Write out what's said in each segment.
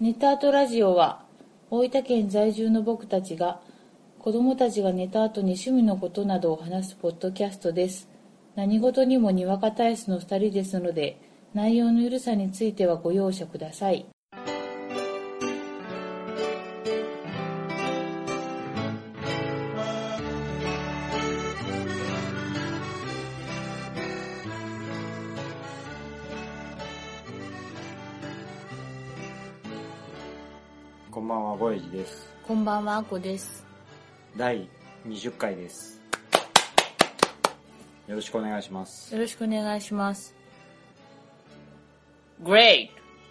ネタアートラジオは大分県在住の僕たちが子どもたちが寝た後に趣味のことなどを話すポッドキャストです。何事にもにわか体質の2人ですので、内容のゆるさについてはご容赦ください。 こんばんは、ごえじです。 こんばんは、あこです。 第20回です。よろしくお願いします。 よろしくお願いします。Great!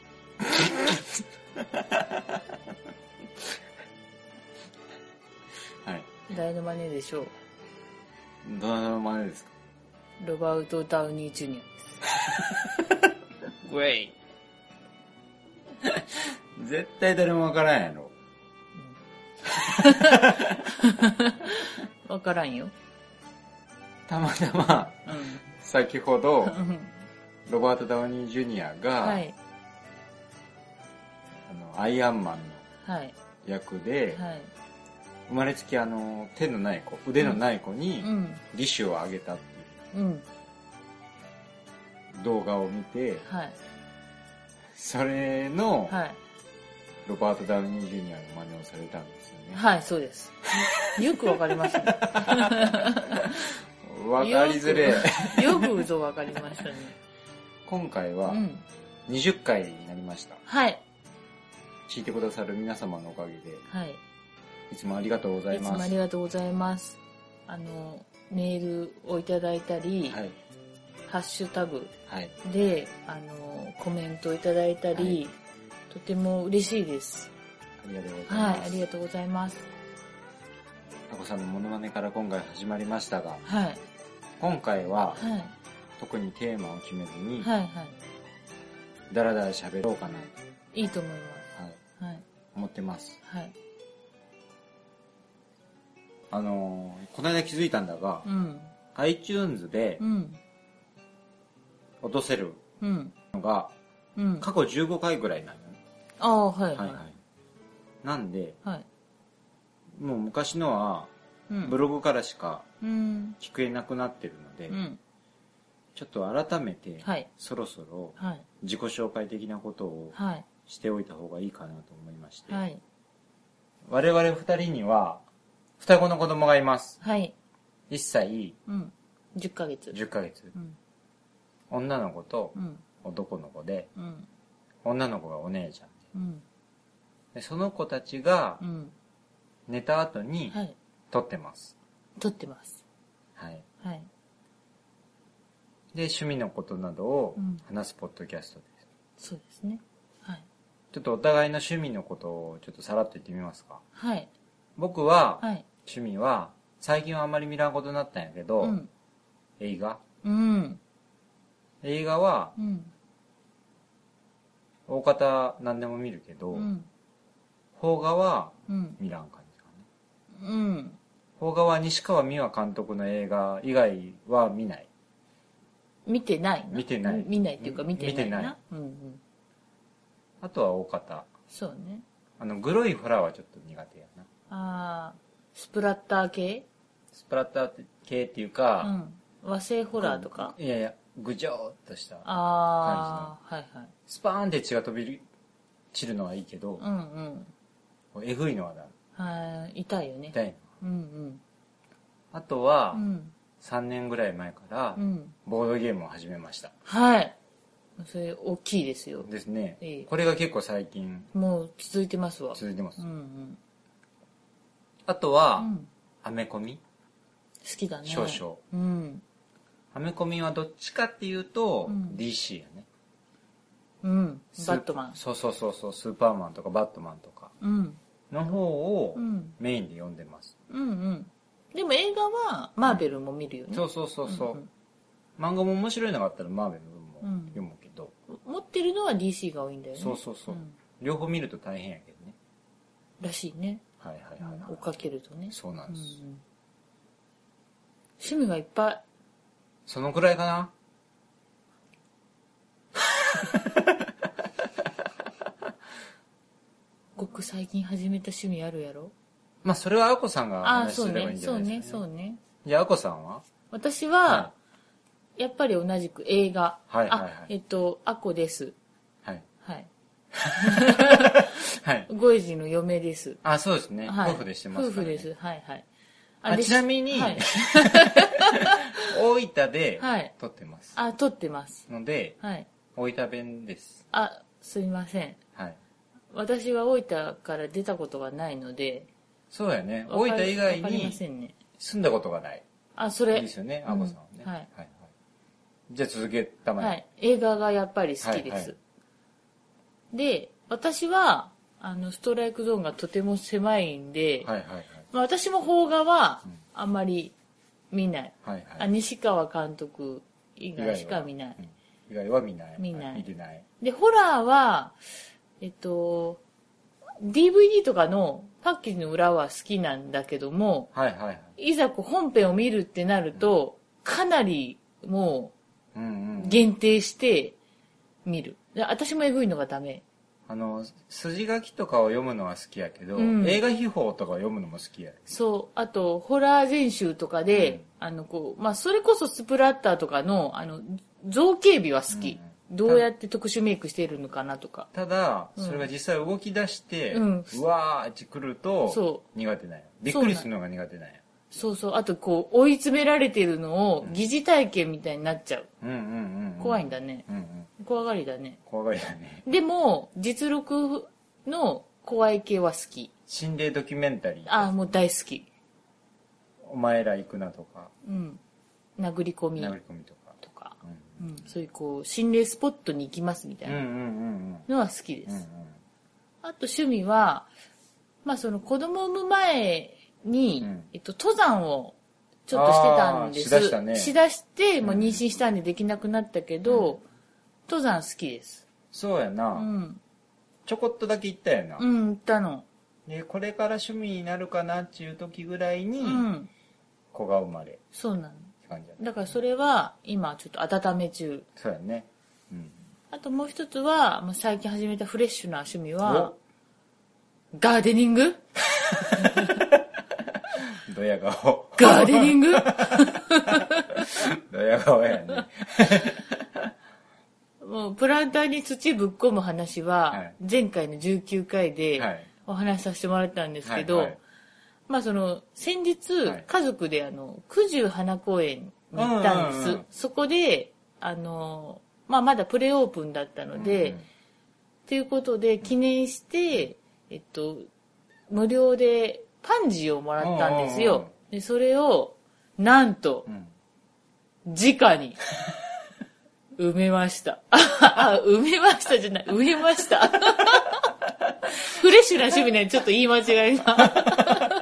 はい。 誰の真似でしょう。 どなたの真似ですか？ ロバート・ダウニー・ジュニアです。Great! 絶対誰もわからんやろ。 わからんよ。 たまたま、先ほど、 うん。 ロバート・ダウニー・ジュニアが、 はい。 アイアンマンのはい。 役で、 はい。 生まれつき手のない子、腕のない子に、 うん。 利子をあげたっていううん。 動画を見て、 はい。 それの、 はい。 ロバート・ダウニー・ジュニアの真似をされたんですよね。 はい、そうです。よくわかりましたね。 わかりづれえ。 よくぞわかりましたね。 今回はうん。 20回になりました。 はい。 聞いてくださる皆様のおかげで、 はい。 いつもありがとうございます。 いつもありがとうございます。メールをいただいたり、 はい。 ハッシュタグはい。 で、コメントをいただいたり、 はいとても嬉しいです。 ありがとうございはい、 ます。 ありがとうございます。 タコさんのモノマネから今回始まりましたが、 はい。 今回ははい。 特にテーマを決めずに、 はい、はい。 だらだら喋ろうかなと、 いいと思いまはい、 す。はい。 思ってます。 はい。 この間気づいたんだが、 うん。 iTunes でうん。 落とせるうん。 のがうん。 過去15回ぐらいなのね。 ああ、はい、はい。 はいはい。なんで、 はい。 もう昔のはうん。 ブログからしかうん。 聞けなくなってるので、 うん。 ちょっと改めて、 はい。 そろそろはい。 自己紹介的なことをはい。 しておいた方がいいかなと思いまして、 はい。 我々二人には双子の子供がいます。 はい。 1歳うん。10ヶ月。 10ヶ月。 うん。 女の子とうん。 男の子で、 うん。 女の子がお姉ちゃんうん。 で、その子たちがうん。 寝た後にはい。 撮ってます。 撮ってます。 はい。 はい。 で、趣味のことなどをうん話すポッドキャストです。 そうですね。はい。 ちょっとお互いの趣味のことをちょっとさらっと言ってみますか。 はい。 僕は、 はい。 趣味は、最近はあまり見らんことになったんやけど、 うん。 映画。 うん。 映画は、 うん。 大方何でも見るけど、 うん。 邦画はうん。 見らん感じかね。 うん。 邦画は西川美和監督の映画以外は見ない。 見てないな。 見てない見ないっていうか見てないな。 見てないうんうん。 あとは大方。 そうね。 グロいホラーはちょっと苦手やな。 あー、スプラッター系？ スプラッター系っていううか、 ん。和製ホラーとか？ いやいや、ぐじょーっとしたあー、はいはい。 スパーンって血が飛び散るのはいいけど、 うんえぐいのはだ。 うん。はい、痛いよね。 痛いの。 うんあとはう、ん。 3年ぐらい前からうん。う、ん。 ボードゲームを始めました。 はい。それ、大きいですよ。 ですねいい。 これが結構最近もう続いてますわ。 続いてます。 うんうん。 あとは、 うん。 アメコミ。 好きだね。 少々。 うん。 アメコミはどっちかっていうと、 うん DC やね。 うん。バットマン。 そうそうそうそう、スーパーマンとかバットマンとかうん。 の方をうん。 メインで読んでます。 うんうん。でも映画はマーベルも見るよね。 そうそうそうそう。 うん漫画も面白いのがあったらマーベルもうん読むけど、 持ってるのは DC が多いんだよね。 そうそうそう、 ん両方見ると大変やけどね。 らしいね。 はいはいはい、はい追っかけるとね。 そうなんです、 うんうん。趣味がいっぱい。 そのくらいかな。 ごく最近始めた趣味あるやろ。 まあそれはあこさんが話すればいいんじゃそうねないですかね。 そうね。 じゃああこさんは？ 私は、 はやっぱり同じく映画。 はいはいはいあこです。 はい。 はい。 はい。 ゴエジの嫁です。 あ、そうですね。 はい、 夫婦でしてますからね。 夫婦です。はいはい。 ちなみに、 はい、 大分ではい撮ってます。 撮ってます。 ので、 はい。 大分弁です。 すいません。 はい。 私は大分から出たことがないので、 そうやね。大分以外わかりまにせんね。 住んだことがない。 それ。 いいですよね、あこさんはね。 はい。 はいはい。じゃあ続けたまえ。 はい。映画がやっぱり好きです。 はいはい、 で、私は、ストライクゾーンがとても狭いんで、 はいはいはい。 私も邦画はあんまり見ない。 はいはい。 西川監督以外しか見ない。 以外は見ない。 見ない。 見てない。 で、ホラーは、DVD とかのパッケージの裏は好きなんだけども、 はいはいはい。 いざ本編を見るってなると、かなりもう限定して見る。私もエグいのがダメ。 筋書きとかを読むのは好きやけど、映画秘宝とかを読むのも好きや。 そう。あと、ホラー全集とかで、それこそスプラッターとかの、造形美は好き。どうやって特殊メイクしているのかなとか。 ただ、それが実際動き出して、うわーってくると、苦手なんや。びっくりするのが苦手なんや。 そうそう。あと、追い詰められてるのを疑似体験みたいになっちゃう。怖いんだね。怖がりだね。 怖がりだね。 でも、実録の怖い系は好き。 心霊ドキュメンタリー。 もう大好き。 お前ら行くなとか。 殴り込み。 殴り込みとか。 そういう心霊スポットに行きますみたいなのは好きです。あと趣味は、その子供を産む前に、登山をちょっとしてたんです。しだして、妊娠したんでできなくなったけど、登山好きです。 そうやな。ちょこっとだけ行ったよな。 行ったの。 で、これから趣味になるかなっていう時ぐらいに、子が生まれ。 そうなの。だからそれは今ちょっと温め中。 そうやね。 あともう一つは、最近始めたフレッシュな趣味は、ガーデニングドヤ顔。 ガーデニングドヤ顔やね。 もうプランターに土ぶっ込む話は、前回の19回でお話しさせてもらったんですけど、先日、家族で九十花公園に行ったんです。そこで、まだプレオープンだったので、っていうことで記念して、無料でパンジーをもらったんですよ。で、それを、なんと、直に、埋めました。埋めましたじゃない、植えました。フレッシュな趣味ね、ちょっと言い間違いが。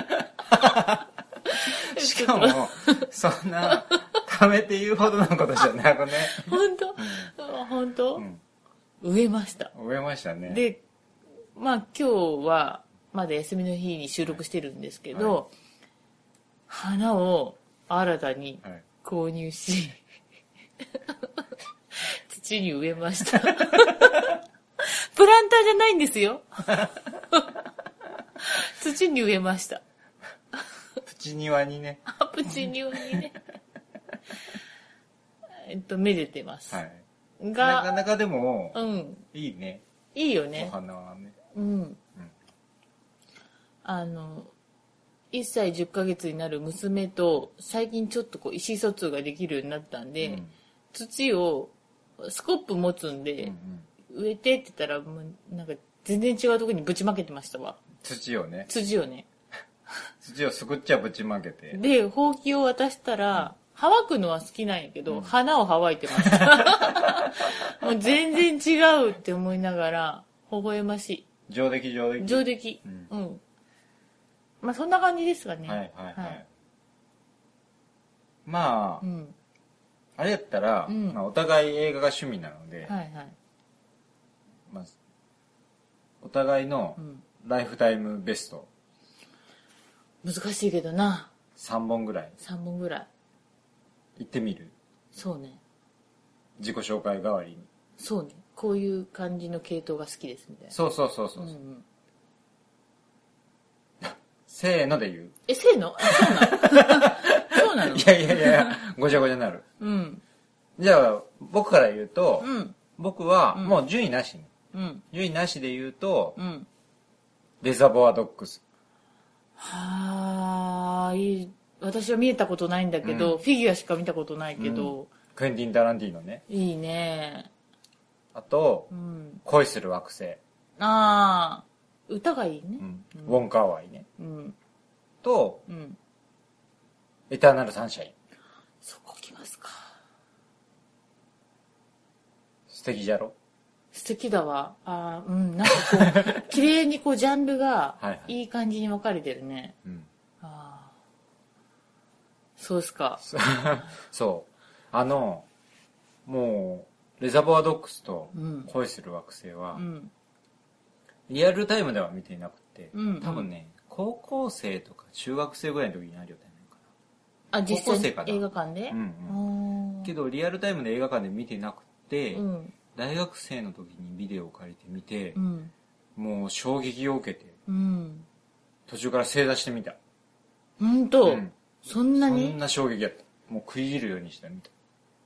しかも、そんな、ためて言うほどのことじゃなくね。 本当、植えました。 植えましたね。 で、今日は、まだ休みの日に収録してるんですけど、花を新たに購入し、土に植えました。プランターじゃないんですよ。土に植えました。 プチ庭にね。 プチ庭にね。めでてます。 なかなかでも、いいね。 いいよね。 お花はね。 1歳10ヶ月になる娘と最近ちょっと意思疎通ができるようになったんで、土をスコップ持つんで、植えてって言ったらなんか全然違うところにぶちまけてましたわ。 土をね。 土をすくっちゃぶちまけて。 で、ほうきを渡したら、乾くのは好きなんやけど、花を乾いてました。もう全然違うって思いながら、微笑ましい。 上出来。 そんな感じですかね。 あれやったら、お互い映画が趣味なので、お互いのライフタイムベスト。 難しいけどな。 3本ぐらい。 行ってみる？ そうね。 自己紹介代わりに。 そうね。こういう感じの系統が好きですみたいな。 そう。 せーので言う。 せーの？そうなの？そうなの？ いや、ごちゃごちゃになる。 うん。 じゃあ、僕から言うと、 うん、 僕は、もう順位なしに。 うん。 順位なしで言うと、 うん。 レザボアドッグス。 はーい。私は見えたことないんだけど、フィギュアしか見たことないけど。 クエンティン・タランティーノね。 いいね。 あと、恋する惑星。 ああ、歌がいいね。 ウォンカーワイね。 うん。 と、エターナルサンシャイン。 そこ来ますか。 素敵じゃろ？ 素敵だわ。なんかこう、綺麗にこうジャンルがいい感じに分かれてるね。そうですか。 そう。もう、レザボアドッグスと恋する惑星は、リアルタイムでは見ていなくて、多分ね、高校生とか中学生ぐらいの時にあるよね。 実際映画館で？ けど、リアルタイムで映画館で見てなくて、大学生の時にビデオを借りてみて、もう衝撃を受けて、途中から正座してみた。 本当？そんなに？ そんな衝撃やった。もう食い入るようにしてみた。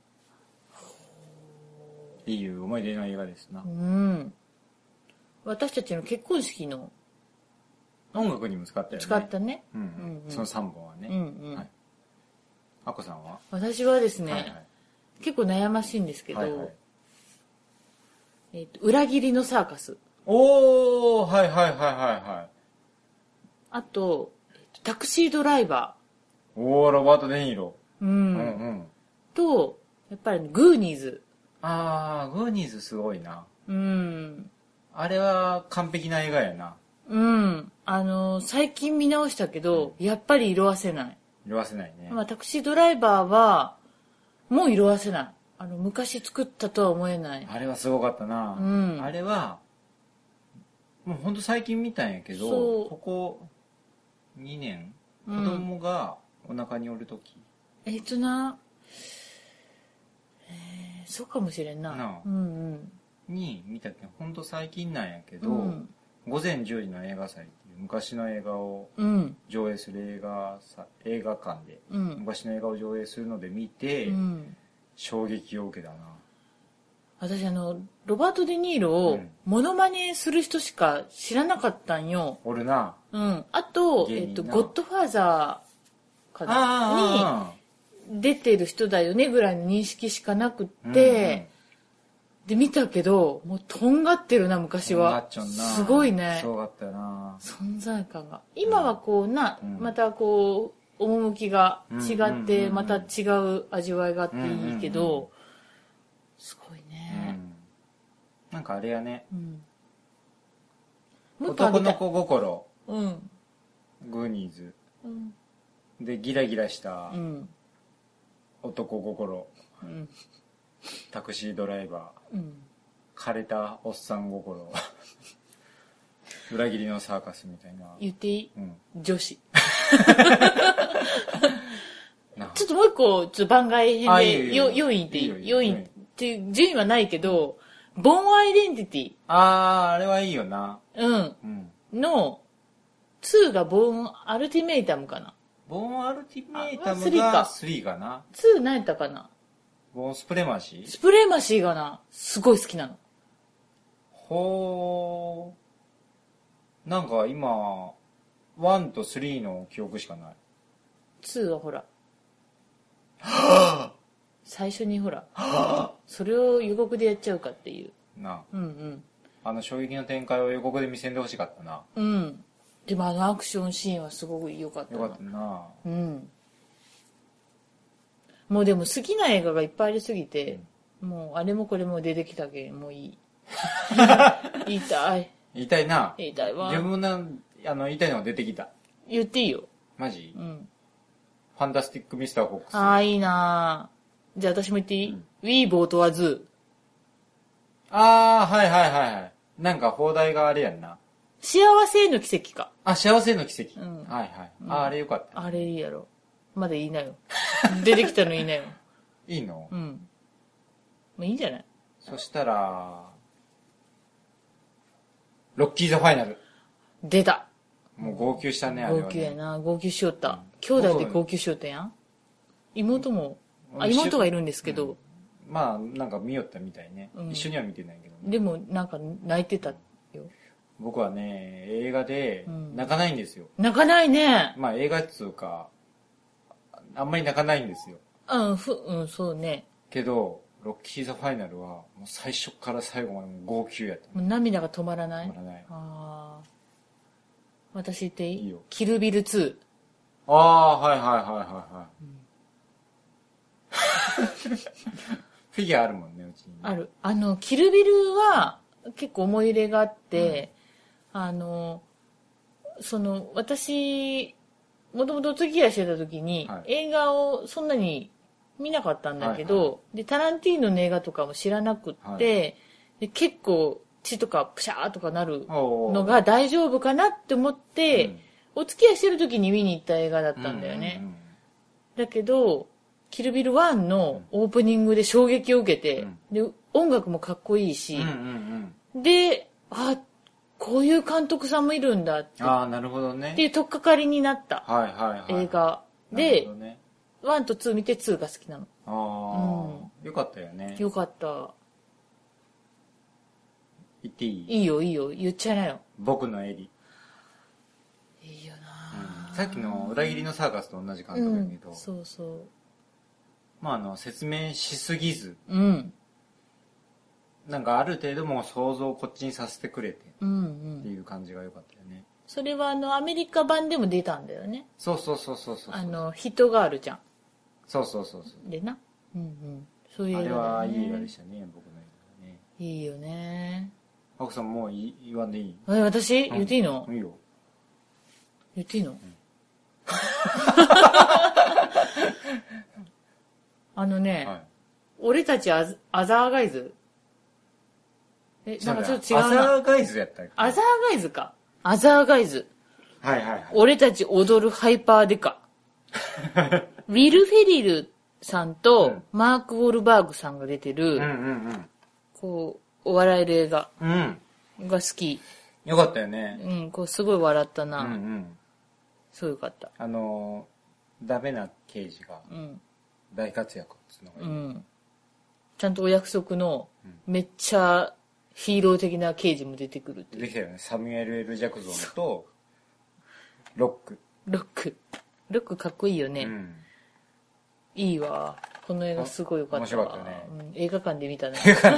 っていう思い出の映画ですな。 私たちの結婚式の音楽にも使ったよね。 使ったね。 その3本はね。あこさんは？ 私はですね、結構悩ましいんですけど、裏切りのサーカス。 おー、はい。 あと、タクシードライバー。おー、ロバート・デ・ニーロ。 と、やっぱりグーニーズ。 グーニーズすごいな。あれは完璧な映画やな。 最近見直したけど、やっぱり色褪せない。 色褪せないね。 タクシードライバーは、もう色褪せない。昔作ったとは思えない。 あれはすごかったな。あれは、もうほんと最近見たんやけど、ここ2年、子供がお腹におるとき。 そうかもしれんな。 に見たけど、ほんと最近なんやけど、午前10時の映画祭っていう昔の映画を上映する映画館で、昔の映画を上映するので見て、衝撃を受けたな。 私ロバート・デ・ニーロをモノマネする人しか知らなかったんよ。 おるな。 あと、ゴッドファーザーかなに出てる人だよねぐらいの認識しかなくって、で見たけど、もうとんがってるな昔は。すごいね。 すごかったよな。 存在感が。今はこうまたこう趣が違って、また違う味わいがあっていいけど、すごいね。 なんかあれやね。男の子心。グーニーズ。で、ギラギラした男心。タクシードライバー。枯れたおっさん心。裏切りのサーカスみたいな。 言っていい？女子。ちょっともう一個、ちょっと番外編で4位っていい？4位っていう順位はないけど、ボーンアイデンティティ。 あれはいいよな。 の、2がボーンアルティメイタムかな。 ボーンアルティメイタムが3かな。 2何やったかな。 ボーンスプレマシー？ スプレマシーがな、すごい好きなの。 ほー。なんか今、1と3の記憶しかない。 2はほら。最初にほら。それを予告でやっちゃうかっていう。 なあ。衝撃の展開を予告で見せんでほしかったな。 でもアクションシーンはすごく良かったな。 よかったな。 もうでも好きな映画がいっぱいありすぎて、もうあれもこれも出てきたけんもういい。言いたい。 言いたいな。 言いたいわ。 自分言いたいのが出てきた。 言っていいよ。 マジ？ファンタスティック・ミスター・フォックス。 いいな。じゃあ私も言っていい？ウィーボーとはズー。 はい。なんか放題があれやんな。 幸せへの奇跡か。 幸せへの奇跡。はい。あれよかった。 あれいいやろ。まだ言いなよ。出てきたの言いなよ。 いいの？ まあいいんじゃない？ そしたら、ロッキーズファイナル。 出た。 もう号泣したね、あれは、ね。 号泣やな。号泣しよった。兄弟で号泣しよったやん。妹も、妹がいるんですけど。 まあ、なんか見よったみたいね。一緒には見てないけどね。 でも、なんか泣いてたよ。 僕はね、映画で泣かないんですよ。 泣かないね。 まあ映画っつうか、あんまり泣かないんですよ。 そうね。 けど、ロッキー・ザ・ファイナルは、もう最初から最後まで号泣やった。 もう涙が止まらない。 止まらない。 私言っていい？ いいよ。 キルビル2。 はいはいはいはい。フィギュアあるもんね、うちに。 ある。キルビルは結構思い入れがあって、私、もともとお付き合いしてた時に、映画をそんなに見なかったんだけど、で、タランティーノの映画とかも知らなくって、で結構血とかプシャーとかなるのが大丈夫かなって思って、お付き合いしてる時に見に行った映画だったんだよね。だけど、キルビル1のオープニングで衝撃を受けて、で、音楽もかっこいいし、で、こういう監督さんもいるんだって。 なるほどね。 っていう取っかかりになった映画で、1と2見て2が好きなの。 よかったよね。 よかった。 言っていい？ いいよいいよ、言っちゃいなよ。 僕のエリ。 いいよな、 さっきの裏切りのサーカスと同じ監督だけど、 そうそう。 まあ説明しすぎず、なんかある程度もう想像をこっちにさせてくれてっていう感じが良かったよね。 それはアメリカ版でも出たんだよね。 そう。 人があるじゃん。 そう。 でな。そういう映画だよね。 あれはいい映画でしたね、僕の映画ね。 いいよね。 奥さんもう言わんでいい？ 私言っていいの？ いいよ。 言っていいの？俺たちアザーガイズ。なんかちょっと違うな。 アザーガイズやったっけ？ アザーガイズか。アザーガイズ。 はい。 俺たち踊るハイパーデカ。ウィル・フェリルさんとマーク・ウォルバーグさんが出てる、こう、お笑える映画が好き。 よかったよね。 こうすごい笑ったな。すごいよかった。 ダメな刑事が大活躍っつうのがいい。 ちゃんとお約束のめっちゃヒーロー的な刑事も出てくるっていう。 できたよね。サミュエル・L・ジャクゾンとロック。ロックかっこいいよね。いいわ。この映画すごいよかったわ。 面白かったね。 映画館で見たね。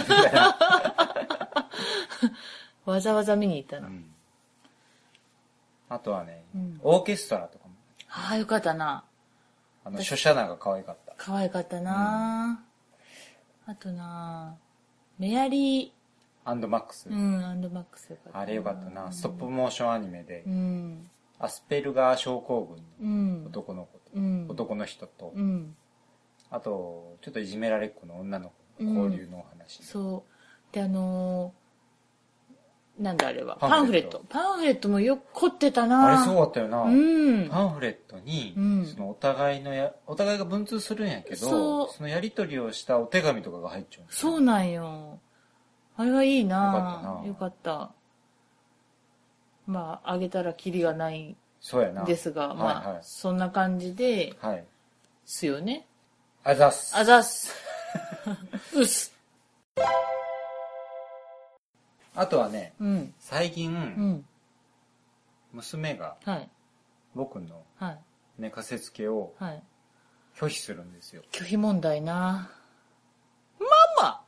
わざわざ見に行ったの。 あとはね、オーケストラとかも。 よかったな。 ショシャナが可愛かった。 可愛かったな。あとな、メアリー、 アンドマックス。 アンドマックスよかった。 あれよかったな。ストップモーションアニメで、アスペルガー症候群の男の子と、男の人と、あと、ちょっといじめられっ子の女の子の交流のお話。 そう。で、なんだあれは。パンフレットもよく凝ってたな。 あれそうだったよな。パンフレットに、お互いが文通するんやけど、そのやり取りをしたお手紙とかが入っちゃう。 そうなんよ。あれはいいな。よかった。まあ、あげたらキリがないですが、まあ、そんな感じで、すよね。 あざっす。 うっす。 あとはね、最近、娘が、僕の寝かせつけを拒否するんですよ。 拒否問題な。ママ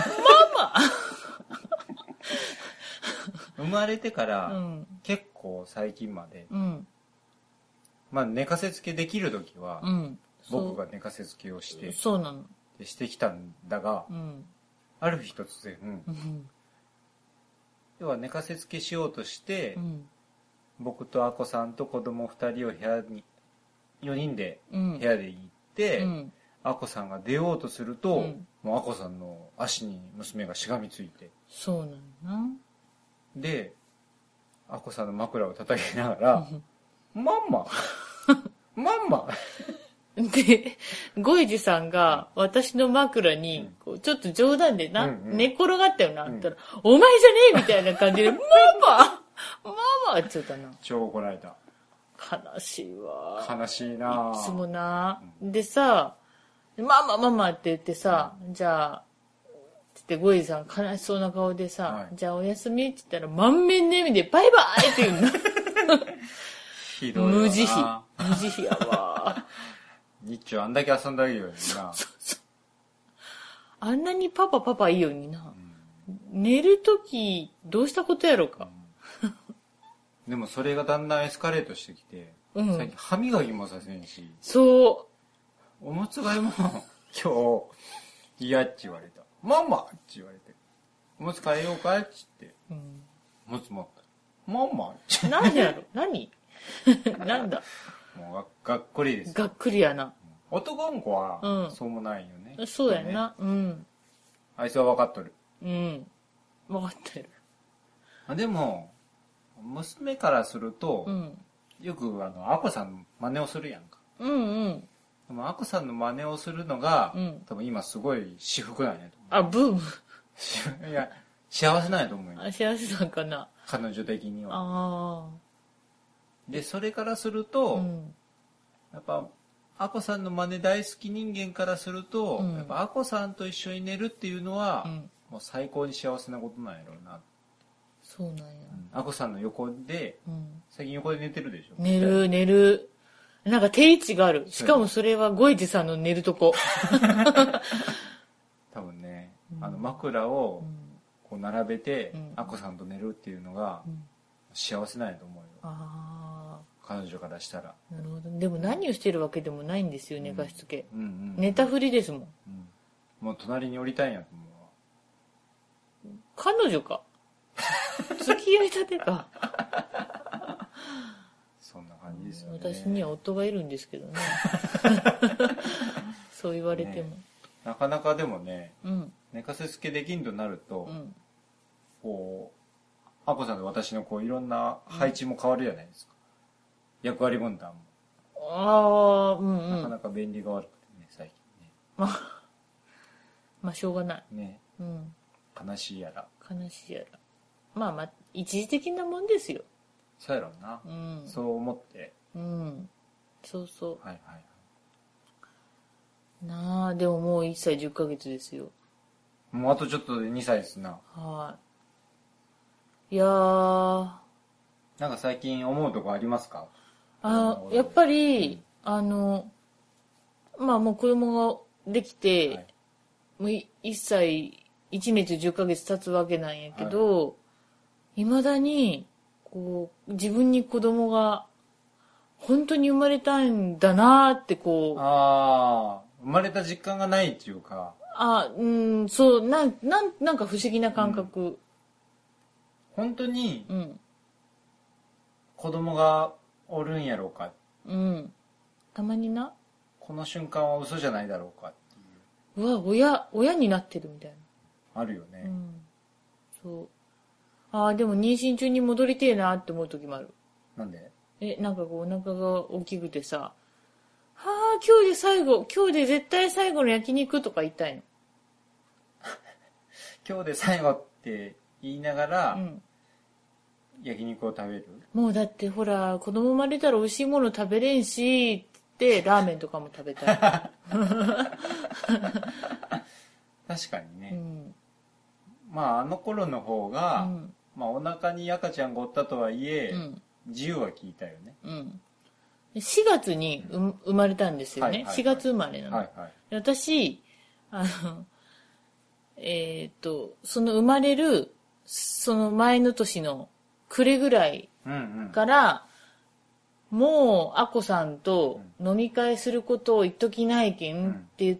生まれてから、結構最近まで、まあ寝かせつけできる時は、僕が寝かせつけをして、してきたんだが、ある日突然、要は寝かせつけしようとして、僕とアコさんと子供2人を部屋に4人で部屋で行って、アコさんが出ようとすると、もうアコさんの足に娘がしがみついて、 そうなんな。 でアコさんの枕を叩きながら「マンマで、ゴイジさんが私の枕に、ちょっと冗談で寝っ転がったよな、って言ったら、お前じゃねえみたいな感じで、ママって言ったな。 超怒られた。 悲しいわ。 悲しいな。 いつもな。でさ、ママって言ってさ、じゃあ、ってゴイさん悲しそうな顔でさ、はい、じゃあおやすみって言ったら満面の笑みでバイバイって言うの。 ひどいわな。 無慈悲やわ。 日中あんだけ遊んだらいいようにな。 そうあんなにパパいいようにな、寝るときどうしたことやろうか、 でもそれがだんだんエスカレートしてきて、最近歯磨きもさせんし、 そうおむつ替えも今日嫌って言われた。ママって言われて、おむつ替えようかって言って、おむつ持ったらママって何やろ何なんだもうがっくりです。 がっくりやな。 男の子はそうもないよね、 そうやな、 あいつは分かっとる。 分かってる。 でも娘からすると、よくアコさんの真似をするやんか。でもアコさんの真似をするのが、多分今すごい至福なんやと思う。 ブームいや幸せなんやと思うよ。 幸せなんかな、 彼女的には。でそれからすると、やっぱアコさんの真似大好き人間からすると、やっぱアコさんと一緒に寝るっていうのは、もう最高に幸せなことなんやろうな。 そうなんや。 アコさんの横で、最近横で寝てるでしょ。 寝る。なんか定位置がある。しかもそれはゴイジさんの寝るとこ。 多分ね、枕をこう並べて、アコさんと寝るっていうのが幸せなんやと思うよ。彼女からしたら。 なるほど。でも何をしてるわけでもないんですよ、寝かしつけ。寝たふりですもん。 もう隣に降りたいんやと思うわ。 彼女か。付き合いたてか。 そんな感じですよね。 私には夫がいるんですけどね。そう言われても、 なかなかでもね、寝かせつけできんとなると、こうアコさんと私のこういろんな配置も変わるじゃないですか、役割分担も。なかなか便利が悪くてね、最近ね。 まあしょうがないね。悲しいやら。 まあ一時的なもんですよ。 そうやろうな、そう思って。 そうそう。 はいはい。 なあ、でももう1歳10ヶ月ですよ。 もうあとちょっとで2歳ですな。 いやー。 なんか最近思うとこありますか？ やっぱり、まあもう子供ができて、もう1歳1年と10ヶ月経つわけなんやけど、未だに、こう、自分に子供が本当に生まれたんだなーってこう。 生まれた実感がないっていうか。 そう、なんか不思議な感覚。 本当に、子供がおるんやろうか。 たまにな。 この瞬間は嘘じゃないだろうかっていう。うわ、親になってるみたいな。あるよね。 そう。でも妊娠中に戻りてえなって思う時もある。 なんで？ なんかこうお腹が大きくてさ、今日で絶対最後の焼肉とか言いたいの。 今日で最後って言いながら、焼肉を食べる？ もうだってほら、子供生まれたら美味しいもの食べれんしってラーメンとかも食べたい。 確かにね。まああの頃の方が、まあお腹に赤ちゃんがおったとはいえ、自由は聞いたよね。 4月に生まれたんですよね。4月生まれなの。私、その生まれる、その前の年の暮れぐらいから、もう、アコさんと飲み会することを言っときないけんって言って、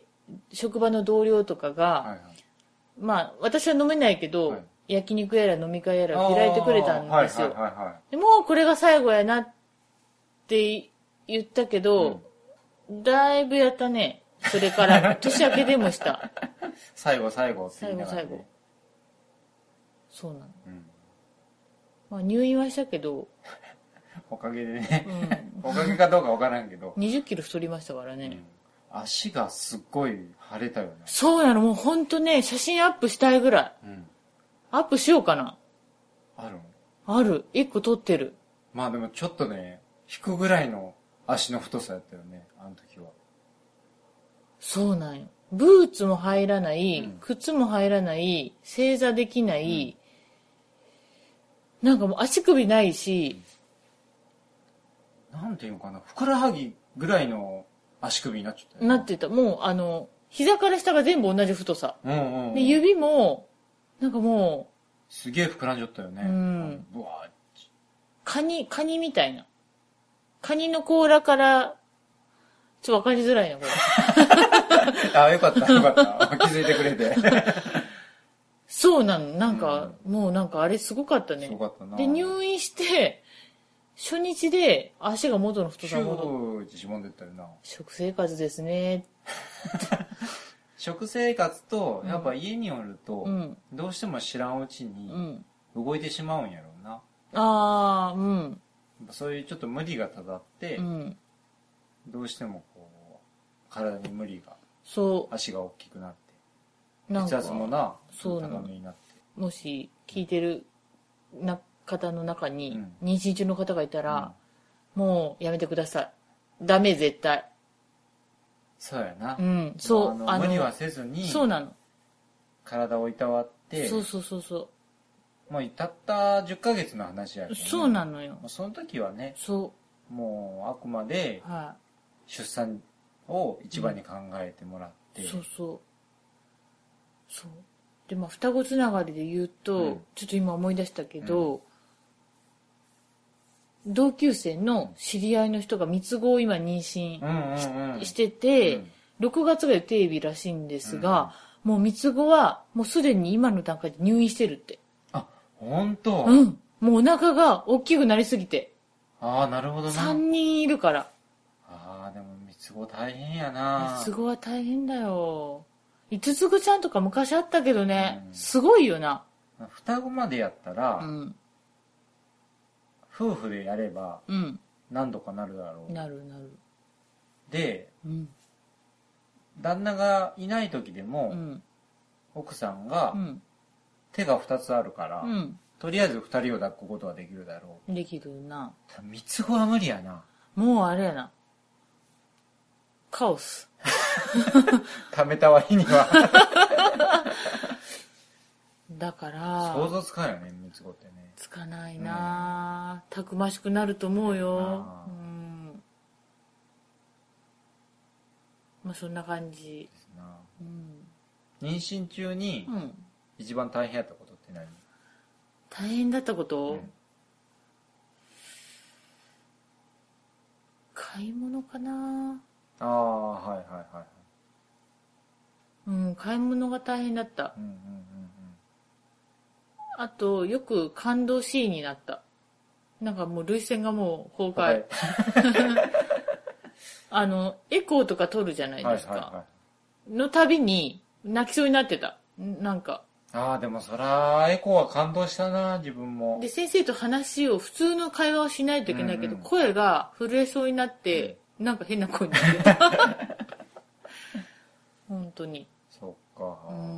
職場の同僚とかが、まあ、私は飲めないけど、焼肉やら飲み会やら開いてくれたんですよ。でもうこれが最後やなって言ったけど、だいぶやったね。それから年明けでもした。 最後って言いながら、 最後。そうなの。まあ入院はしたけど。 おかげでね。おかげかどうかわからんけど。 20キロ太りましたからね。 足がすっごい腫れたよね。 そうなの、もうほんとね、写真アップしたいぐらい。アップしようかな。 あるある。1個取ってる。 まあでもちょっとね、引くぐらいの足の太さやったよね、あの時は。 そうなんよ。ブーツも入らない、靴も入らない、正座できない、なんかもう足首ないし、 なんていうのかな、ふくらはぎぐらいの足首になっちゃったよね。 なってた。もう膝から下が全部同じ太さ。で、指も、なんかもう、すげえ膨らんじゃったよね。ブワーカニみたいな。カニの甲羅から、ちょっとわかりづらいな、これ。 あ、よかった、よかった。気づいてくれて。 そうなの。なんか、もうなんかあれすごかったね。 すごかったな。 で、入院して、初日で足が元の太さ戻って。シューってしぼんでったよな。 食生活ですね。 食生活と、やっぱ家におると、どうしても知らんうちに、動いてしまうんやろうな。 ああ、 そういうちょっと無理がたたって、どうしてもこう、体に無理が、足が大きくなって、血圧もな、高めになって。 もし聞いてる方の中に、妊娠中の方がいたら、もうやめてください。ダメ、絶対。 そうやな。 そう。 無理はせずに、 そうなの。 体をいたわって、 そう。 もうたった10ヶ月の話やけど、ね、 そうなのよ。 その時はね、もうあくまで出産を一番に考えてもらって、 そうで、まあ双子つながりで言うと、ちょっと今思い出したけど、同級生の知り合いの人が三つ子を今妊娠してて、6月が予定日らしいんですが、もう三つ子はもうすでに今の段階で入院してるって。 本当？ もうお腹が大きくなりすぎて。 ああ、なるほどな。 3人いるから。 ああ、でも三つ子大変やな。 三つ子は大変だよ。五つ子ちゃんとか昔あったけどね、すごいよな。 双子までやったら、夫婦でやれば、何度かなるだろう。 なる。 で、旦那がいない時でも、奥さんが、手が2つあるから、とりあえず2人を抱くことはできるだろう。できるな。 三つ子は無理やな。 もうあれやな。カオス。 貯めた割には。 だから。 想像つかんよね、三つ子ってね。 つかないな、たくましくなると思うよ。まあそんな感じ。ですな。 妊娠中に、一番大変やったことって何？ 大変だったこと、買い物かな。 ああ、はい。 買い物が大変だった。あとよく感動シーンになった。なんかもう涙腺がもう崩壊。エコーとか撮るじゃないですか。のたびに泣きそうになってた。なんか。 ああ、でもそら、エコーは感動したな、自分も。 で、先生と話を、普通の会話をしないといけないけど、声が震えそうになって、なんか変な声になってた。本当に。 そっか。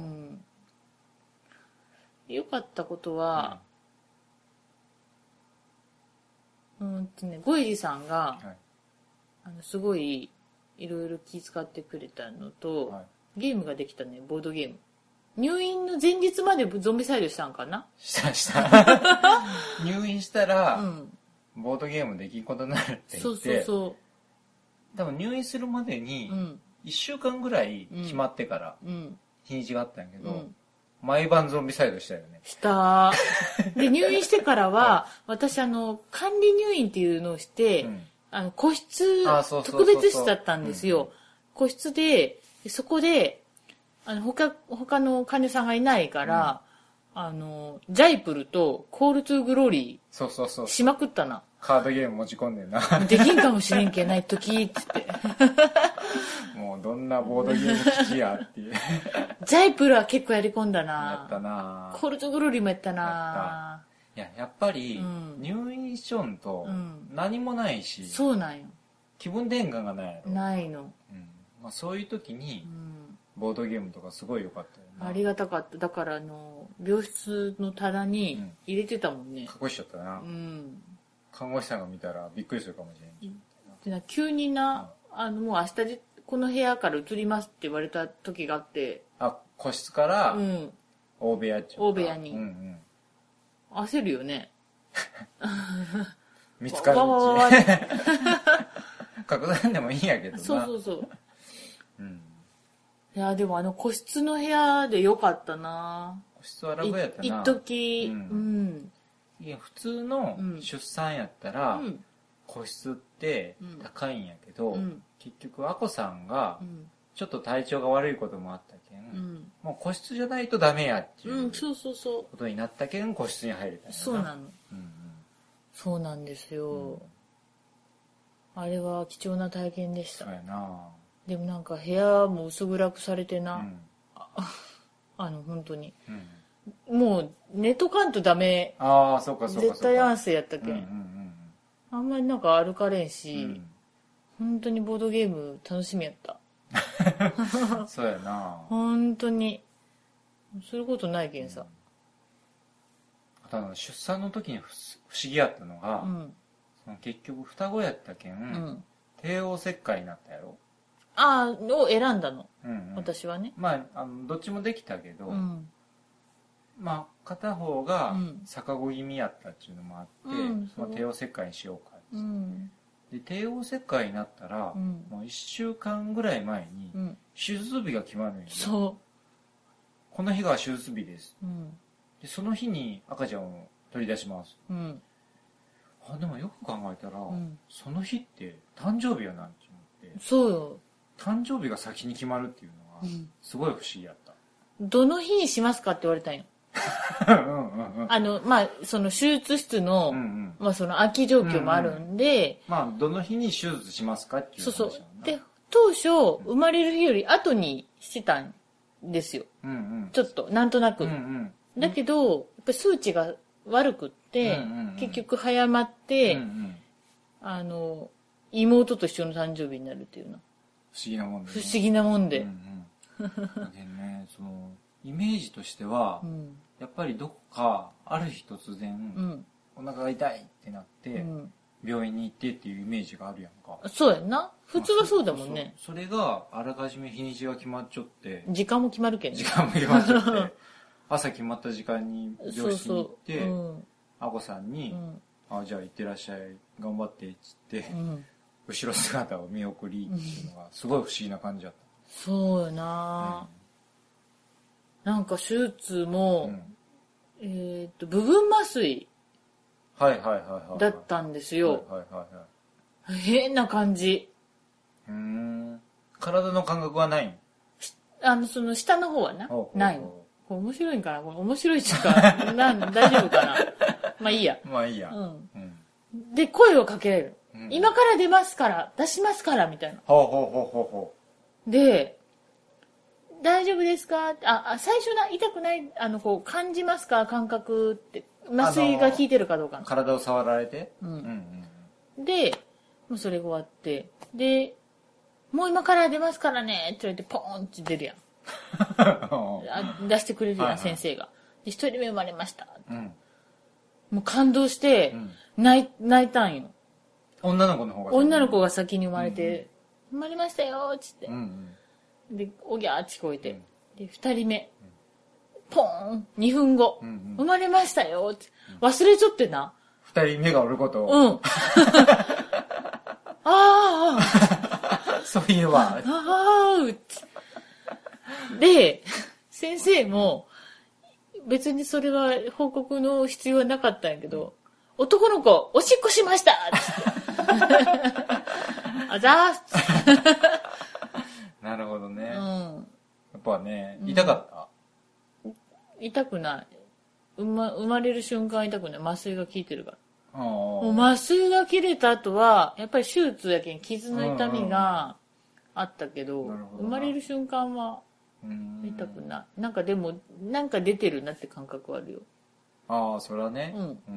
良かったことは、ゴイジさんが、すごい、いろいろ気遣ってくれたのと、ゲームができたね、ボードゲーム。入院の前日までゾンビサイドしたんかな？ した。入院したら、ボードゲームできんことになるって言って、そう。多分入院するまでに、1週間ぐらい決まってから、日にちがあったんやけど、毎晩ゾンビサイドしたよね。 した。で、入院してからは、私、管理入院っていうのをして、個室、特別室だったんですよ。個室で、そこで、他の患者さんがいないから、ジャイプルとコールトゥーグローリーしまくったな。 カードゲーム持ち込んでんな。 できんかもしれんけない時っつって。 もうどんなボードゲーム機器やっていう。 ジャイプルは結構やり込んだな。 やったな。 コールトゥーグローリーもやったな。 やっぱり、入院しちょんと何もないし、 そうなんよ。 気分転換がないやろ。 ないの。 そういう時に、ボードゲームとかすごい良かったよね。 ありがたかった。だから病室の棚に入れてたもんね。 隠しちゃったな。看護師さんが見たらびっくりするかもしれない。急にな、もう明日でこの部屋から移りますって言われた時があって。 個室から、大部屋っちゅうか。 大部屋に。焦るよね。 見つかるうち。隠さんでもいいんやけどな。 そう。いや、でも個室の部屋でよかったな。 個室は楽やったな。 一時、 いや、普通の出産やったら、個室って高いんやけど、結局、あこさんが、ちょっと体調が悪いこともあったけん、もう個室じゃないとダメやっていうことになったけん、個室に入れたんやな。 そうなの。そうなんですよ。あれは貴重な体験でした。 そうやな。 でもなんか部屋も薄暗くされてな、本当に。もう寝とかんとダメ。 そうか。 絶対安静やったけん。あんまりなんか歩かれんし、本当にボードゲーム楽しみやった。 そうやな。 本当に。することないけんさ。 出産の時に不思議やったのが、結局双子やったけん、帝王切開になったやろ。 を選んだの。私はね。 どっちもできたけど、片方が逆子気味やったっていうのもあって、帝王切開にしようかで帝王切開になったら、もう1週間ぐらい前に手術日が決まるんよ。この日が手術日です。でその日に赤ちゃんを取り出します。でもよく考えたら、その日って誕生日やなんて思って。 そうよ。 誕生日が先に決まるっていうのは、すごい不思議やった。 どの日にしますかって言われたんよ。その手術室の、その空き状況もあるんで、 どの日に手術しますかっていう話なんだ。 で、当初、生まれる日より後にしてたんですよ。ちょっと、なんとなく。だけど、やっぱり数値が悪くって、結局早まって、妹と一緒の誕生日になるっていうの。 不思議なもんで、 不思議なもんで。 そのイメージとしては、やっぱりどこかある日突然、お腹が痛いってなって、病院に行ってっていうイメージがあるやんか。 そうやんな。普通はそうだもんね。 それがあらかじめ日にちが決まっちゃって、 時間も決まるけんね。 時間も決まっちゃって朝決まった時間に病室に行ってあこさんに、じゃあ行ってらっしゃい頑張ってっつって、後ろ姿を見送りっていうのがすごい不思議な感じだった。 そうよな、なんか手術も、部分麻酔だったんですよ。変な感じ。 体の感覚はないその下の方はないの。これ面白いんかな、これ面白いっていうか大丈夫かな。まあいいや。で声をかけられる。今から出ますから出しますからみたいな。で大丈夫ですか、最初痛くないこう感じますか感覚って麻酔が効いてるかどうかの。 体を触られて、 でもうそれが終わってでもう今から出ますからねって言われてポーンって出るやん出してくれるやん、先生が。で一人目生まれました、もう感動して、泣いたんよ。 女の子の方が女の子が先に生まれて、生まれましたよっつって、でおぎゃーって聞こえて、で2人目、ポーン2分後、生まれましたよって忘れちょってな、 2人目がおることを、そういえばで先生も別にそれは報告の必要はなかったんやけど、男の子おしっこしましたってあざーすなるほどね、やっぱね痛かった、 痛くない、生まれる瞬間痛くない、麻酔が効いてるから。もう麻酔が切れた後はやっぱり手術やけん傷の痛みがあったけど、生まれる瞬間は痛くない。なんかでもなんか出てるなって感覚はあるよ。 それはね、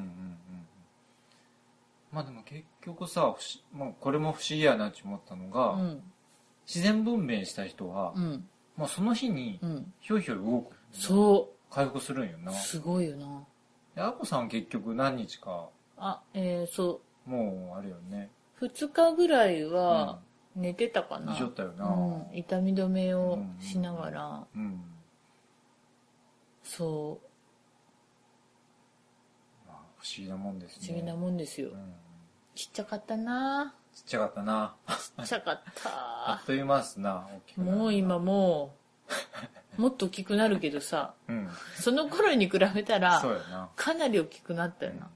まあでも結局さ、これも不思議やなって思ったのが、自然分娩した人は、もうその日にひょいひょい動く、 そう回復するんよな。 すごいよな。 あこさん結局何日か。 そう。 もう、あれよね。 2日ぐらいは寝てたかな。 寝ちゃったよな。 痛み止めをしながら。そう。 まあ、不思議なもんですね。 不思議なもんですよ。ちっちゃかったな。 ちっちゃかったな。 ちっちゃかった。 あっという間っすな、大きくなる。 もう今もっと大きくなるけどさ、その頃に比べたら、かなり大きくなったよな。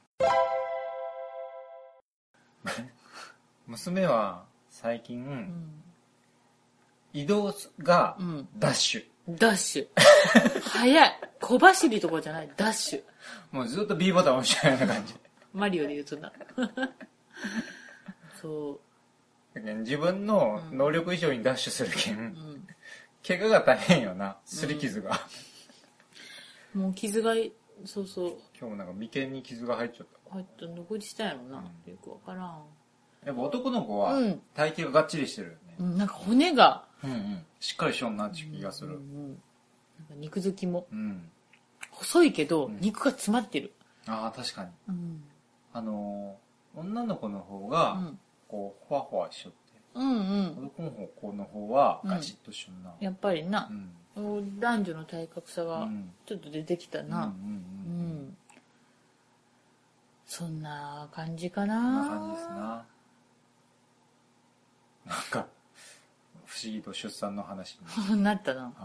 娘は最近、移動がダッシュ。 ダッシュ。早い。小走りとかじゃない、ダッシュ。 もうずっと B ボタン押しちゃうような感じ。 マリオで言うとな。そう。 自分の能力以上にダッシュするけん、怪我が大変よな、擦り傷が。 もう傷が、そうそう。 今日もなんか眉間に傷が入っちゃった。 入った、どこにしたんやろな、よくわからん。 やっぱ男の子は体型ががっちりしてるよね。 なんか骨が、 しっかりしようなって気がする。 なんか肉付きも。細いけど、肉が詰まってる。 ああ、確かに。女の子の方が、こう、ほわほわしよって。男の子の方は、ガチッとしような。 やっぱりな。男女の体格差が、ちょっと出てきたな。そんな感じかな。 そんな感じですな。なんか、不思議と出産の話になったな。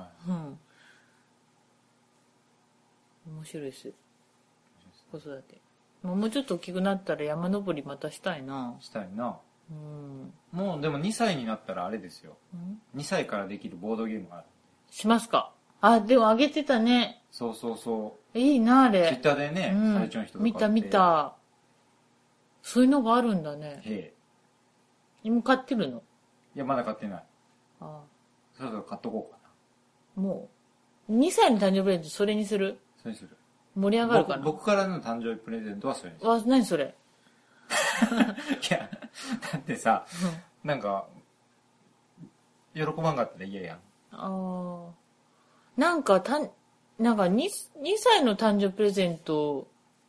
面白いです。子育て。もうちょっと大きくなったら山登りまたしたいな。 したいな。もうでも2歳になったらあれですよ。2歳からできるボードゲームがある。 しますか？あ、でもあげてたね。 そうそうそう。 いいな、あれ。 ツイッターでね、最初の人が見た見た。そういうのがあるんだね。へえ。今買ってるの？ いや、まだ買ってない。ああ。そろそろ買っとこうかな。もう、2歳の誕生日プレゼントそれにする？ それにする。 盛り上がるかな？ 僕からの誕生日プレゼントはそれにする。何それ？ いや、だってさ、なんか、喜ばんかったら嫌やん。 ああ。なんか2歳の誕生日プレゼント、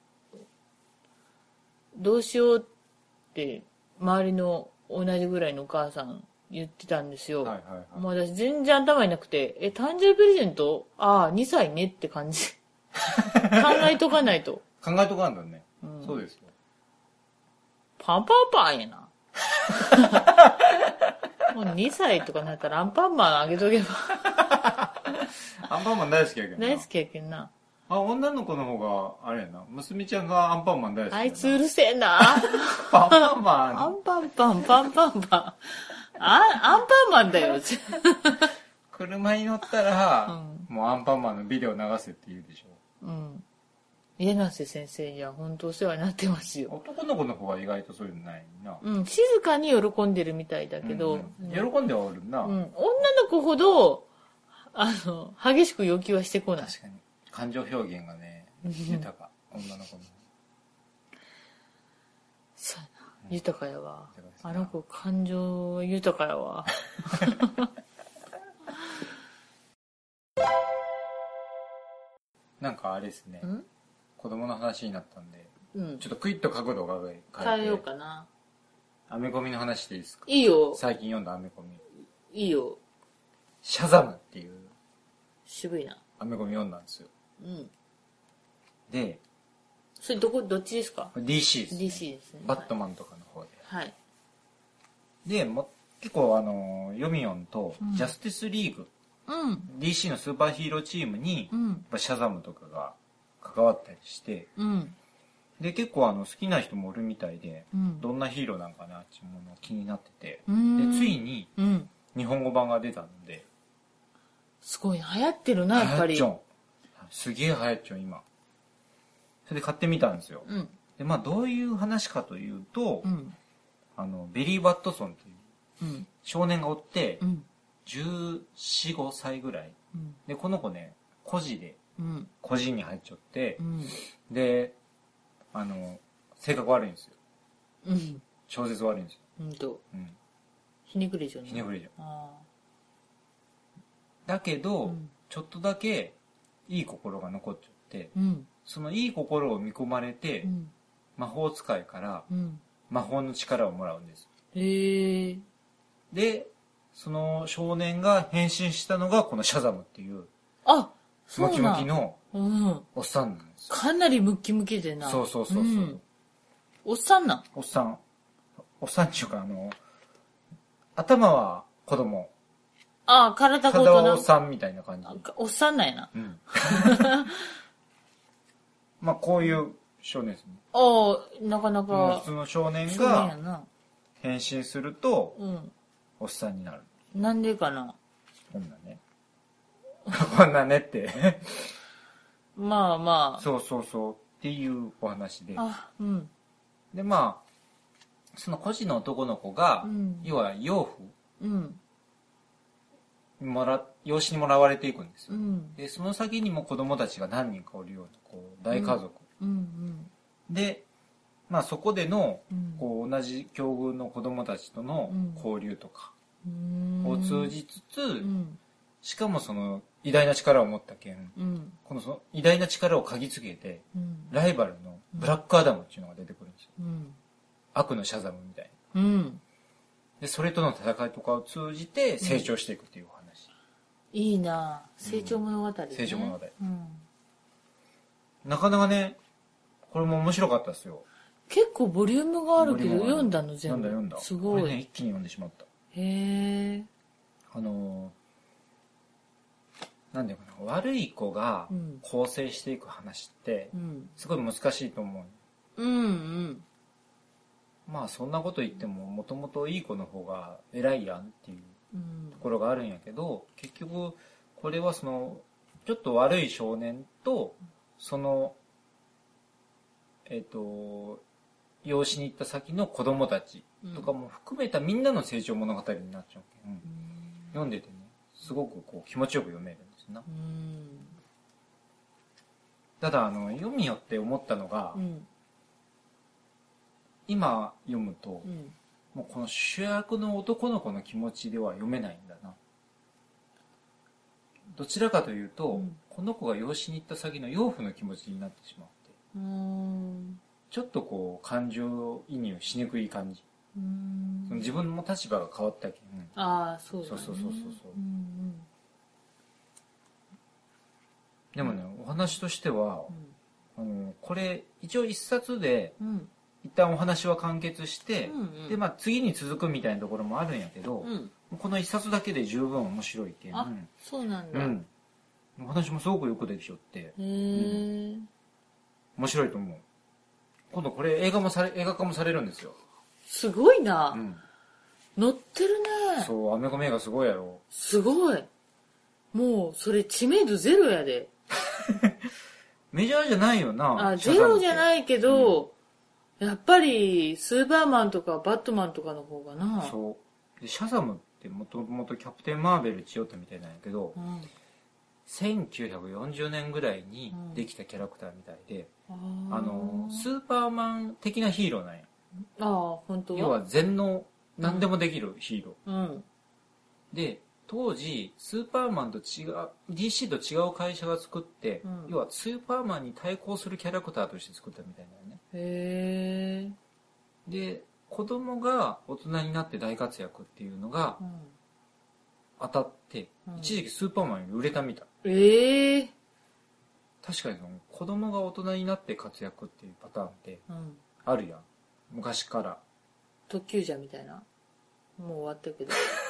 どうしようって、周りの同じぐらいのお母さん言ってたんですよ。もう私全然頭になくて、誕生日プレゼント？ああ、2歳ねって感じ。考えとかないと。 考えとかんだね。そうですよ。 パンパンパンやな。もう2歳とかなったらアンパンマンあげとけば。 アンパンマン大好きやけどな。 大好きやけどな。 女の子の方が、あれやな。娘ちゃんがアンパンマン大好きやな。 あいつうるせえな。 パンパンマン。 アンパンパン、パンパンパン。アンパンマンだよ。 車に乗ったら、もうアンパンマンのビデオ流せって言うでしょ。 家なせ先生には本当お世話になってますよ。 男の子の方は意外とそういうのないな。 静かに喜んでるみたいだけど。 喜んではおるな。 女の子ほど、激しく要求はしてこない。 確かに。感情表現がね、豊か。女の子の。 そうやな。豊かやわ。あの子感情豊かやわ。 なんかあれですね。子供の話になったんで、ちょっとクイッと角度を変えようかな。 アメコミの話していいですか？ いいよ。 最近読んだアメコミ。 いいよ。 シャザムっていう渋いな。 アメコミ読んだんですよ。で、 それどっちですか？ DC ですね。 DC ですね。 バットマンとかの方で。 はい。 で、結構ヨミオンとジャスティスリーグ、DC のスーパーヒーローチームに、やっぱシャザムとかが関わったりして、で、結構好きな人もおるみたいで、どんなヒーローなんかなっていうものが気になってて、で、ついに、日本語版が出たので、 すごい流行ってるな、やっぱり。 流行っちょん。すげえ流行っちょん、今。それで買ってみたんですよ。で、どういう話かというと、ベリー・ワットソンという少年がおって、14、15歳ぐらい。で、この子ね、孤児に入っちゃって、で、性格悪いんですよ。超絶悪いんですよ。 ひねくれじゃん。 ひねくれじゃん。だけど、ちょっとだけいい心が残っちゃって、 うん、 そのいい心を見込まれて、 うん、 魔法使いからうん、 魔法の力をもらうんです。 へえ。 で、その少年が変身したのがこのシャザムっていう、 あ、そうムなん。 キムキのうん。 おっさんなんですよ。 かなりムキムキでな。 そうそうそうそう。 うん、おっさんなん。 おっさん。おっさんっていうか、頭は子供。 ああ、体が大体はおっ人。 さんみたいな感じ。 おっさんなんやな。 うん。まあ、こういう少年ですね。 ああ、なかなか。 普通の少年少年やがな。 変身すると、 うん。 おっさんになる。 なんでかな。 こんなね。こんなねってまあまあ。 そうそうそうっていうお話で。 あ、うん。 で、まあ、その孤児の男の子が、 うん、 要は養父うん。 養子にもらわれていくんですよ。 うん。 で、その先にも子供たちが何人かおるような、大家族。 うん。 で、まあそこでの、 うん、 同じ境遇の子供たちとの交流とかを通じつつ、 うん、 しかもその偉大な力を持った剣、 うん、 その偉大な力を嗅ぎつけて、 うん、 ライバルのブラックアダムっていうのが出てくるんですよ。 うん、 悪のシャザムみたいな。 うん。 で、それとの戦いとかを通じて成長していくっていうお話。 いいな成長物語、ね、 成長物語。 うん。 なかなかね、これも面白かったですよ。 結構ボリュームがあるけど読んだの全部。 読んだ。 すごい。 これね、一気に読んでしまった。 へえ。 なんていうかな、悪い子が構成していく話って、すごい難しいと思う。うんうん。 まあそんなこと言っても、もともといい子の方が偉いやんっていうところがあるんやけど、結局、これはその、ちょっと悪い少年と、その、養子に行った先の子供たちとかも含めたみんなの成長物語になっちゃうけど、読んでてね、すごくこう気持ちよく読めるんですな。ただ読みよって思ったのが、今読むと、もうこの主役の男の子の気持ちでは読めないんだな。どちらかというと、この子が養子に行った先の養父の気持ちになってしまって、ちょっとこう感情移入しにくい感じ。その自分も立場が変わったけん。 ああ、そうだね。 そう。でもね、お話としては、これ一応一冊で、一旦お話は完結して、でまあ次に続くみたいなところもあるんやけど、この一冊だけで十分面白いけん。 あ、そうなんだ。 お話もすごくよくできちゃって、面白いと思う。今度これ映画化もされるんですよ。 すごいな。乗ってるね。 そう、アメコミ映画すごいやろ。 すごい。もうそれ知名度ゼロやで。 メジャーじゃないよな。 あ、ゼロじゃないけど、やっぱりスーパーマンとかバットマンとかの方がな。 そうでシャザムってもともとキャプテンマーベル千代田みたいなんやけど、1940年ぐらいにできたキャラクターみたいで、スーパーマン的なヒーローなんや。 ああ、本当は。 要は全能何でもできるヒーロー、で当時スーパーマンと違う DC と違う会社が作って、要はスーパーマンに対抗するキャラクターとして作ったみたいなよね。 へえ。 で子供が大人になって大活躍っていうのが当たって、一時期スーパーマンより売れたみたい。確かにその子供が大人になって活躍っていうパターンってあるやん、昔から。 特急じゃみたいな。もう終わったけど。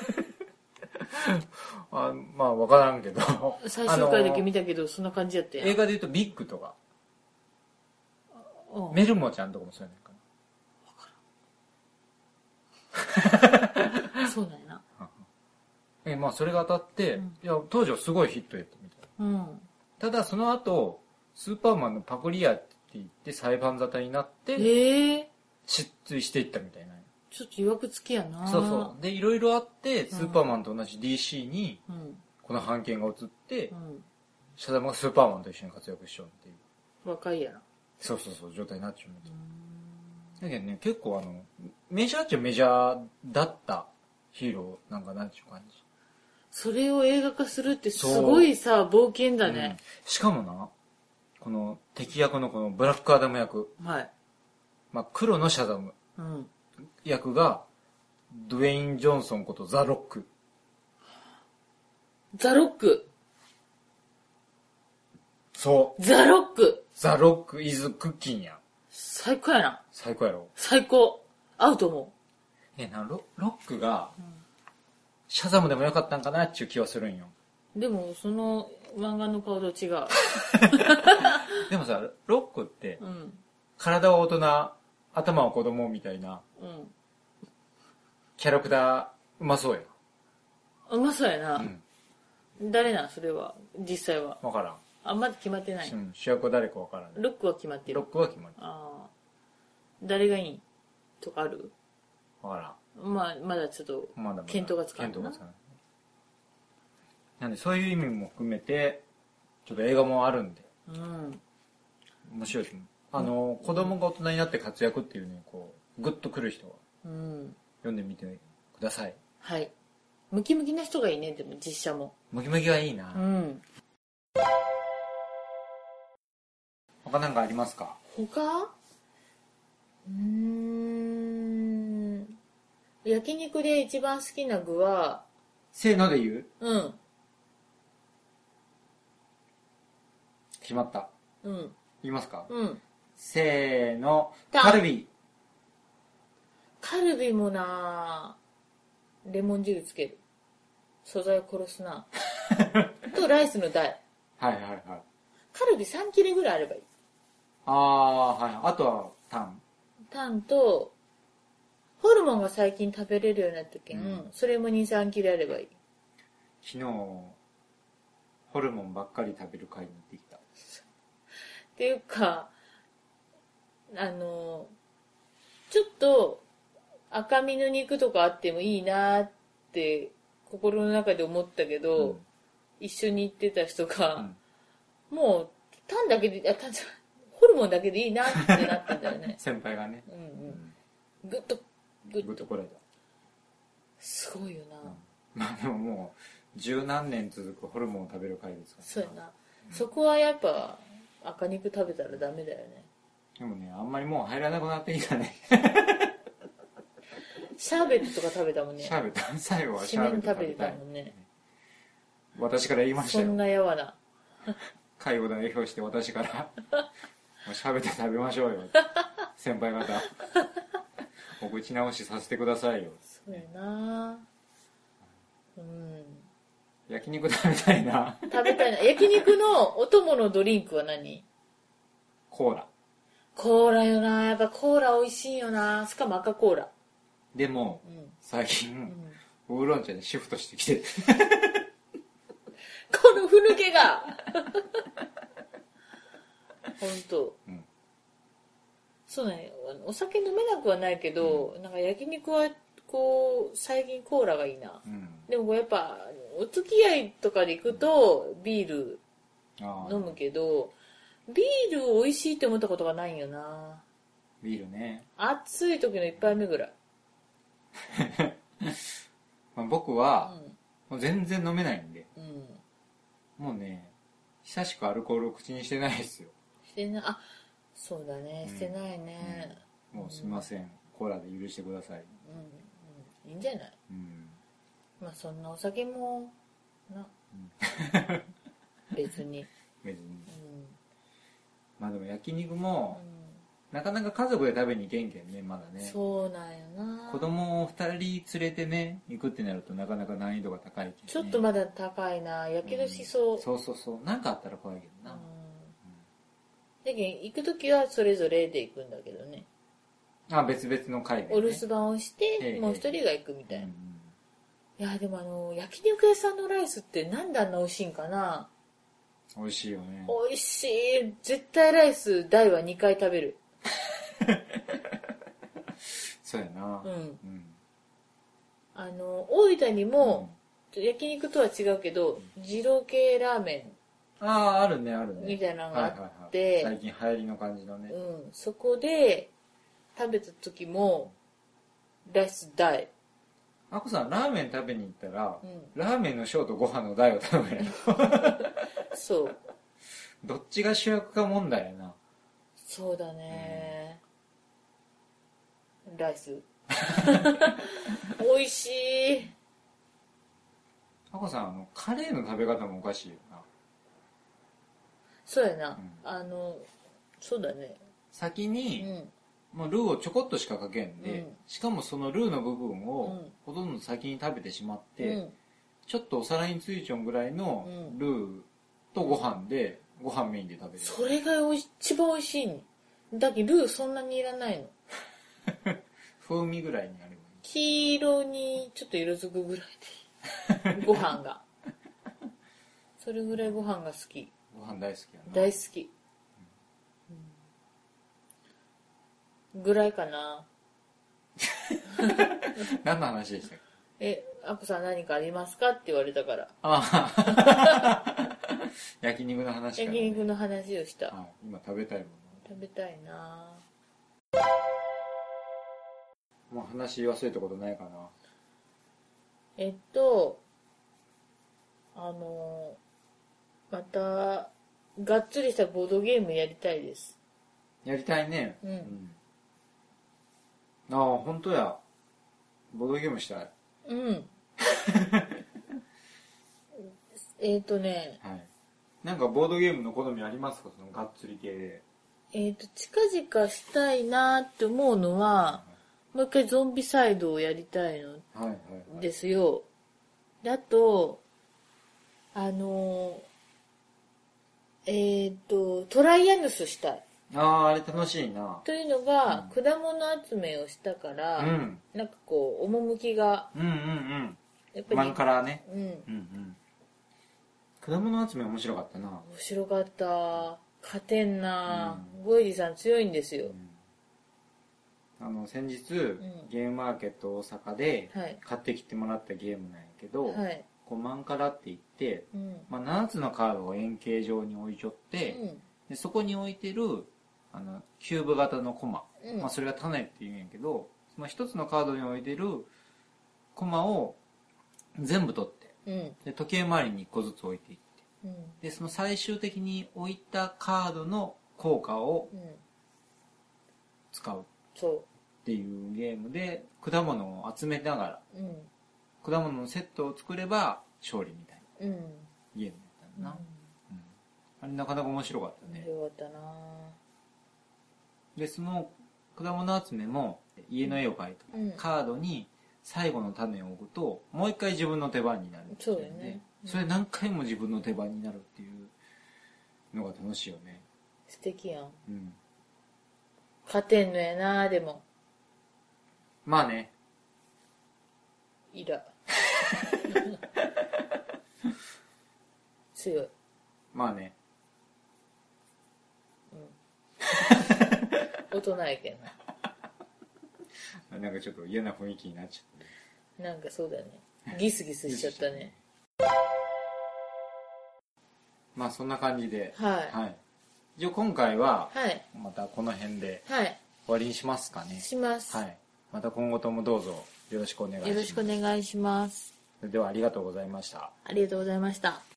まあ分からんけど最終回だけ見たけどそんな感じやったやん。 映画で言うとビッグとかメルモちゃんとかもそうやねんかな。そうだよな。 まあそれが当たって、いや当時はすごいヒットやったみたい、ただその後スーパーマンのパクリアって言って裁判沙汰になって失墜していったみたいな。 ちょっと曰くつきやな。 そうでいろいろあってスーパーマンと同じ DC にこの版権が移って、シャザムがスーパーマンと一緒に活躍しようっていう若いやな。 そう状態になっちゃうみたいだけどね、結構メジャーっちゃメジャーだったヒーローなんかなんちゅう感じ。 それを映画化するってすごいさ、冒険だね、 しかもな、この敵役のこのブラックアダム役、 はい、 まあ、黒のシャザム役が、ドゥエイン・ジョンソンことザ・ロック。 ザ・ロック。 そう。 ザ・ロック。 ザ・ロック・イズ・クッキンや。 最高やな。 最高やろ。 最高。合うと思う。ロックが、シャザムでもよかったんかなっていう気はするんよ。 でも、その漫画の顔と違う。 でもさ、ロックって、体は大人、頭は子供みたいな、キャラクター、うまそうや。 うまそうやな。誰なんそれは、実際は。 わからん。 まだ決まってない。 主役は誰かわからん。 ロックは決まってる。 ロックは決まってる。 誰がいいとかある？ わからん。まだちょっと、検討がつかない。 なんで、そういう意味も含めて、ちょっと映画もあるんで。面白いですね。子供が大人になって活躍っていうね、こう、グッとくる人は、読んでみてください。 はい。ムキムキな人がいいね、でも実写も。 ムキムキはいいな。他なんかありますか？ 他？焼肉で一番好きな具は、 せーので言う？決まった。言いますか？せーの、カルビ。 カルビもなレモン汁つける。素材を殺すな。と、ライスの台。 はいはいはい。 カルビ3切れぐらいあればいい。 はい。あとは、タン。 タンと、ホルモンが最近食べれるようになったけん、それも2、3切れあればいい。 昨日、ホルモンばっかり食べる回になってきた。 っていうか、ちょっと赤身の肉とかあってもいいなって心の中で思ったけど、一緒に行ってた人が、もうタンだけで、ホルモンだけでいいなってなったんだよね。 先輩がね。 ぐっとこらえた。 すごいよな。 まあでももう十何年続くホルモンを食べる回ですから。 そうやな。そこはやっぱ赤肉食べたらダメだよね。 でもね、あんまりもう入らなくなっていいからね。 シャーベットとか食べたもんね。 シャーベット、最後はシャーベット食べてたもんね。 私から言いましたよ。 そんなやわな。 介護代表して私から、もうシャーベット食べましょうよ。先輩方。お口直しさせてくださいよ。 そうやな。 焼肉食べたいな。 食べたいな。焼肉のお供のドリンクは何？ コーラ。 コーラよな。やっぱコーラ美味しいよな。しかも赤コーラ。 でも、最近、ウーロン茶にシフトしてきてる。 このふぬけが。ほんと。そうね。お酒飲めなくはないけど、なんか焼肉はこう最近コーラがいいな。でもやっぱお付き合いとかで行くとビール飲むけど、ビール美味しいって思ったことがないよな。 ビールね。 暑い時の一杯目ぐらい。 まあ僕は、もう全然飲めないんで、もうね、久しくアルコールを口にしてないですよ。 してない。そうだね、してないね。 もうすみません、コーラで許してください。 いいんじゃない？まあそんなお酒もな、別に。 まあでも焼肉も、なかなか家族で食べに行けんけんね、まだね。 そうなんよな。 子供を2人連れてね、行くってなるとなかなか難易度が高いけど、ね、 ちょっとまだ高いな。やけどしそう。 そうなんかあったら怖いけどな。だけど行くときはそれぞれで行くんだけどね。 別々の会で、ね、 お留守番をして、もう一人が行くみたいな。いやでも焼肉屋さんのライスってなんであんな美味しいんかな。 美味しいよね。 美味しい。絶対ライス大は2回食べる。 そうやな。 大分にも、焼肉とは違うけど、二郎系ラーメン。 あるね。 みたいなのがあって、 最近流行りの感じのね。 そこで食べた時も、ライス大。 あこさんラーメン食べに行ったら、 うん、 ラーメンの小とご飯の大を食べるそうどっちが主役か問題やな。 そうだね、ライス美味しい。 あこさんカレーの食べ方もおかしいよな。 そうやな、そうだね。 先に、もうルーをちょこっとしかかけんで、しかもそのルーの部分をほとんど先に食べてしまって、ちょっとお皿についちゃうぐらいのルーとご飯で、ご飯メインで食べる。 それが一番美味しいね。だけどルーそんなにいらないの。 風味ぐらいにあればいい。 黄色にちょっと色づくぐらいでご飯がそれぐらいご飯が好き。 ご飯大好きやな。 大好き、ぐらいかな。 何の話でしたっけ？ アコさん何かありますかって言われたから。 ああ焼肉の話から、ね、 焼肉の話をした。 今食べたいもの。 食べたいな。 もう話忘れたことないかな。 またがっつりしたボードゲームやりたいです。 やりたいね。ああ本当や。ボードゲームしたい。はい。なんかボードゲームの好みありますか？そのがっつり系で。 近々したいなって思うのは、もう一回ゾンビサイドをやりたいのですよ。であとトライアヌスしたい。 あれ楽しいな。 というのが、果物集めをしたから、なんかこう趣が、 やっぱりマンカラーね。果物集め面白かったな。 面白かった。勝てんな、ゴイジさん強いんですよ。 先日、ゲームマーケット大阪で買ってきてもらったゲームなんやけど、こうマンカラって言って、7つのカードを円形状に置いちょって、でそこに置いてるキューブ型のコマ、それが種って言うんやけど、その1つのカードに置いてるコマを全部取って、で時計回りに1個ずつ置いていって、でその最終的に置いたカードの効果を使うっていうゲームで、果物を集めながら、果物のセットを作れば勝利みたいなゲームだったんだな。あれなかなか面白かったね。 面白かったな。 でその果物集めも家の絵を描いたカードに最後の種を置くともう一回自分の手番になるっていうので、それ何回も自分の手番になるっていうのが楽しいよね。 素敵やん。勝てんのやな。でもまあね、 いら強い。 まあね、 大人やけんな。なんかちょっと嫌な雰囲気になっちゃった。 なんかそうだね。ギスギスしちゃったね。 まあそんな感じで、 はい。 じゃあ今回はまたこの辺で終わりにしますかね。 します。 はい。また今後ともどうぞよろしくお願いします。 よろしくお願いします。 それではありがとうございました。 ありがとうございました。